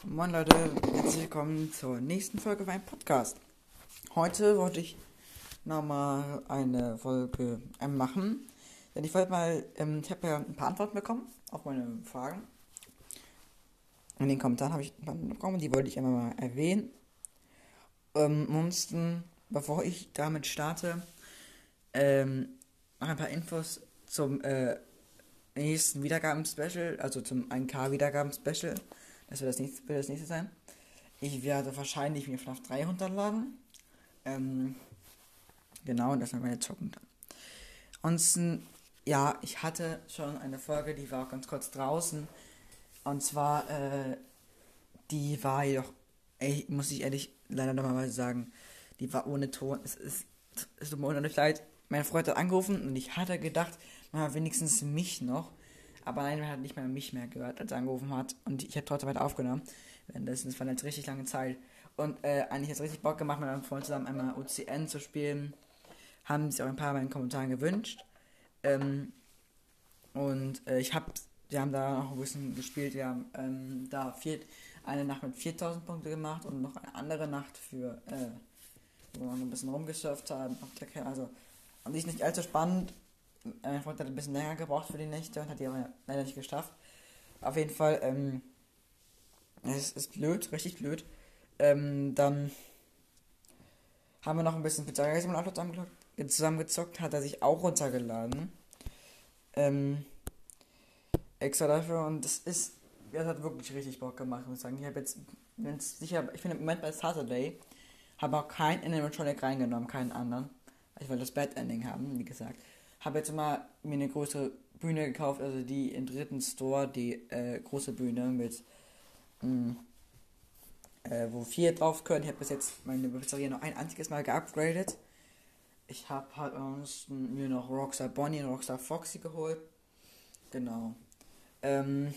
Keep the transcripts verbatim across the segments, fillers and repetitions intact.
Moin Leute, herzlich willkommen zur nächsten Folge meinem Podcast. Heute wollte ich nochmal eine Folge ähm, machen, denn ich wollte mal, ähm, ich habe ja ein paar Antworten bekommen auf meine Fragen. In den Kommentaren habe ich ein paar bekommen, die wollte ich einmal mal erwähnen. Ähm, ansonsten, bevor ich damit starte, ähm, noch ein paar Infos zum äh, nächsten Wiedergaben-Special, also zum ein K Wiedergaben-Special. Das wird das nächste, wird das nächste sein. Ich werde wahrscheinlich mir FNAF drei runterladen. Ähm, genau, und das dann meine zocken dann. Ansonsten, ja, ich hatte schon eine Folge, die war auch ganz kurz draußen. Und zwar, äh, die war jedoch, ey, muss ich ehrlich leider nochmal sagen, die war ohne Ton. Es ist, es tut mir unheimlich leid. Mein Freund hat angerufen und ich hatte gedacht, man wenigstens mich noch. Aber nein, man hat nicht mal mich mehr gehört, als er angerufen hat. Und ich habe trotzdem weiter aufgenommen. Das, das war eine richtig lange Zeit. Und äh, eigentlich hat es richtig Bock gemacht, mit meinem Freund zusammen einmal O C N zu spielen. Haben sich auch ein paar in den Kommentaren gewünscht. Ähm, und äh, ich habe, wir haben da noch ein bisschen gespielt. Wir haben ähm, da vier, eine Nacht mit viertausend Punkte gemacht und noch eine andere Nacht für, äh, wo wir noch ein bisschen rumgesurft haben. Auf der Ke- also, und die ist nicht allzu spannend. Mein Freund hat ein bisschen länger gebraucht für die Nächte und hat die aber leider nicht geschafft. Auf jeden Fall, ähm, es ist blöd, richtig blöd. Ähm, dann haben wir noch ein bisschen Pizzeria Simulator zusammengezockt, hat er sich auch runtergeladen. Ähm, extra dafür und das ist, das hat wirklich richtig Bock gemacht, muss ich sagen. Ich habe jetzt, wenn's sicher, ich bin im Moment bei Saturday, habe auch kein Animatronic reingenommen, keinen anderen. Ich wollte das Bad Ending haben, wie gesagt. Habe jetzt mal mir eine größere Bühne gekauft, also die im dritten Store, die äh, große Bühne mit, mh, äh, wo vier drauf können. Ich habe bis jetzt meine Pizzeria noch ein einziges Mal geupgradet. Ich habe halt ansonsten mir noch Rockstar Bonnie und Rockstar Foxy geholt. Genau. Ähm,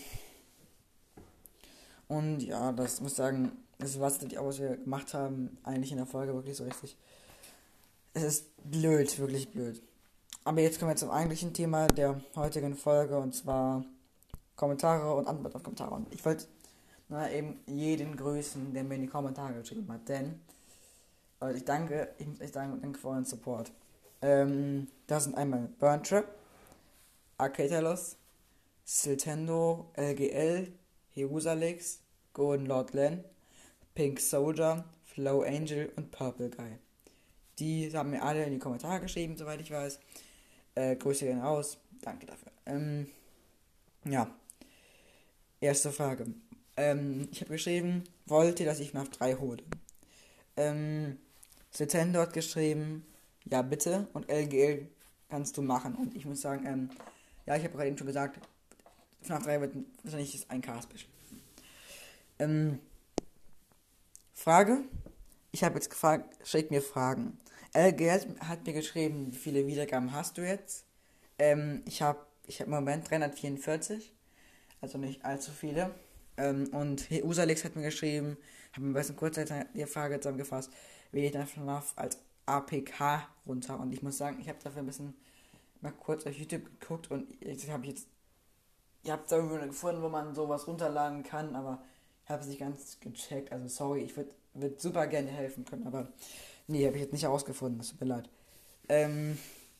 und ja, das muss ich sagen, das war es auch, was wir gemacht haben, eigentlich in der Folge wirklich so richtig. Es ist blöd, wirklich blöd. Aber jetzt kommen wir zum eigentlichen Thema der heutigen Folge und zwar Kommentare und Antworten auf Kommentare. Und ich wollte na, eben jeden grüßen, der mir in die Kommentare geschrieben hat, denn also ich danke, ich muss echt sagen, danke für euren Support. Ähm, das sind einmal Burntrap, Arcatalos, Siltendo, L G L, Jerusalix, Golden Lord Len, Pink Soldier, Flow Angel und Purple Guy. Die haben mir alle in die Kommentare geschrieben, soweit ich weiß. Äh, Grüße gehen raus. Danke dafür. Ähm, ja. Erste Frage. Ähm, ich habe geschrieben, wollt ihr, dass ich FNAF drei hole? Ähm, Siltendo hat geschrieben, ja bitte. Und L G L kannst du machen. Und ich muss sagen, ähm, ja, ich habe gerade eben schon gesagt, FNAF drei wird wahrscheinlich ein K-Special. Ähm, Frage. Ich habe jetzt gefragt, stellt mir Fragen. L G L hat mir geschrieben, wie viele Wiedergaben hast du jetzt? Ähm, ich habe ich hab im Moment dreihundertvierundvierzig, also nicht allzu viele. Ähm, und Usalix hat mir geschrieben, habe mir ein bisschen kurz die Frage zusammengefasst, wähle ich dann FNAF als A P K runter. Und ich muss sagen, ich habe dafür ein bisschen mal kurz auf YouTube geguckt und jetzt habe ich jetzt, ich habe da irgendwo gefunden, wo man sowas runterladen kann, aber ich habe es nicht ganz gecheckt. Also sorry, ich würde würd super gerne helfen können, aber nee, habe ich jetzt nicht herausgefunden, das tut mir leid. Ähm,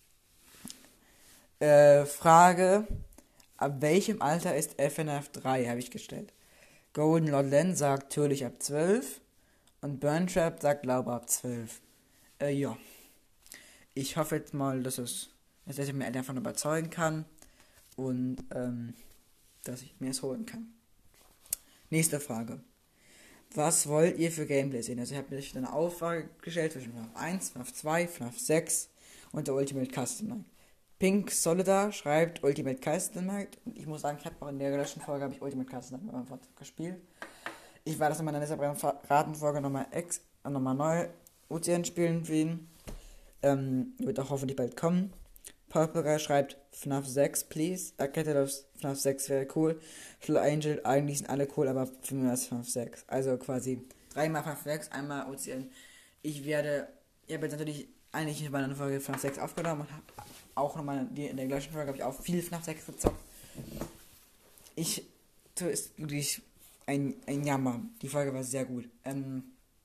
äh, Frage, ab welchem Alter ist FNAF drei, habe ich gestellt. Golden Lord Len sagt natürlich ab zwölf und Burntrap sagt glaube ab zwölf. Äh, ja. Ich hoffe jetzt mal, dass es, dass ich mir davon überzeugen kann und ähm, dass ich mir es holen kann. Nächste Frage. Was wollt ihr für Gameplay sehen? Also ich habe mir eine Aufgabe gestellt zwischen FNAF eins, FNAF zwei, FNAF sechs und der Ultimate Custom Night. Pink Solidar schreibt Ultimate Custom Night. Und ich muss sagen, ich habe auch in der gelöschten Folge habe ich Ultimate Custom Night gespielt. Ich werde das in meiner separaten Folge nochmal ex, nochmal neu O C N spielen für ihn. Ähm, wird auch hoffentlich bald kommen. Purple Guy schreibt FNAF sechs, please. Arcatalos FNAF sechs wäre cool. Flow Angel, eigentlich sind alle cool, aber für mich ist FNAF sechs. Also quasi dreimal FNAF sechs, einmal O C N. Ich werde, ich habe jetzt natürlich eigentlich in meiner Folge FNAF sechs aufgenommen und habe auch nochmal in der gleichen Folge habe ich auch viel FNAF sechs gezockt. Ich, so ist wirklich, ein, ein Jammer. Die Folge war sehr gut. Ähm,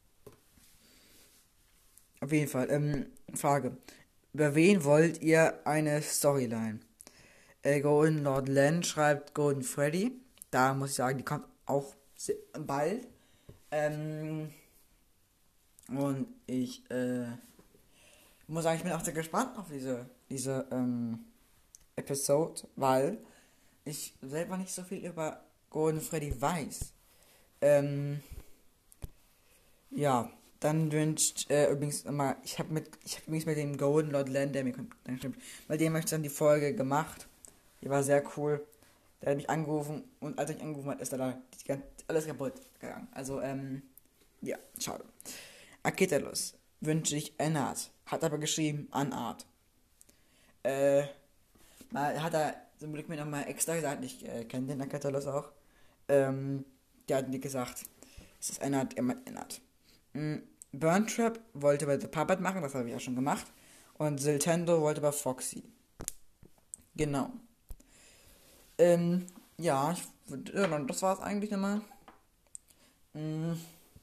auf jeden Fall. Ähm, Frage. Über wen wollt ihr eine Storyline? Äh, Golden Lord Len schreibt Golden Freddy. Da muss ich sagen, die kommt auch se- bald. Ähm, und ich äh, muss sagen, ich bin auch sehr gespannt auf diese, diese ähm, Episode, weil ich selber nicht so viel über Golden Freddy weiß. Ähm, ja, dann wünscht äh, übrigens immer, ich habe mit, ich habe übrigens mit dem Golden Lord Len, der mir kommt, dann stimmt, bei dem habe ich dann die Folge gemacht. Die war sehr cool. Der hat mich angerufen und als er mich angerufen hat, ist er da die, ganze- alles kaputt gegangen. Also, ähm, ja, schade. Aketelos wünsche ich Ennard, hat aber geschrieben Anart. Äh, mal hat er zum Glück mir nochmal extra gesagt, ich äh, kenne den Aketelos auch. Ähm, der hat mir gesagt, es ist Ennard, er meint Ennard. Mhm. Burntrap wollte bei The Puppet machen, das habe ich ja schon gemacht. Und Siltendo wollte bei Foxy. Genau. Ähm, ja, ich, würd- ja, dann- das war es eigentlich nochmal. Mm,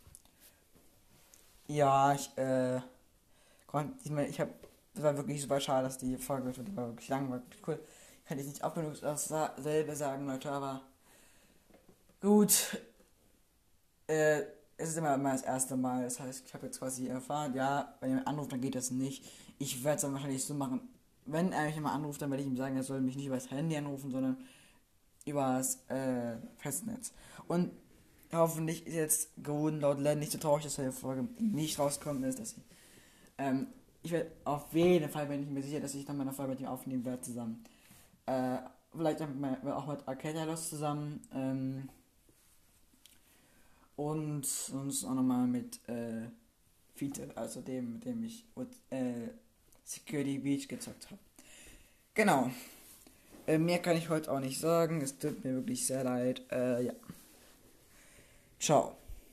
ja, ich, äh, konnte, ich meine, ich habe, das war wirklich super schade, dass die Folge, die war wirklich lang, war wirklich cool. Kann ich nicht auch genug dasselbe sagen, Leute, aber gut, äh, es ist immer, immer das erste Mal, das heißt, ich habe jetzt quasi erfahren, ja, wenn ihr mich anruft, dann geht das nicht. Ich werde es dann wahrscheinlich so machen, wenn er mich immer anruft, dann werde ich ihm sagen, er soll mich nicht über das Handy anrufen, sondern über das äh, Festnetz. Und hoffentlich ist jetzt Golden Lord Land nicht so traurig, dass die Folge nicht rauskommen ist, dass ich, ähm, ich werde auf jeden Fall, bin ich mir sicher, dass ich dann meine Folge mit ihm aufnehmen werde zusammen. Äh, vielleicht auch mit, auch mit Arcadialos zusammen, ähm, und sonst auch nochmal mit, äh, Fiete, also dem, mit dem ich, äh, Security Beach gezockt habe. Genau. Äh, mehr kann ich heute auch nicht sagen. Es tut mir wirklich sehr leid. Äh, ja. Ciao.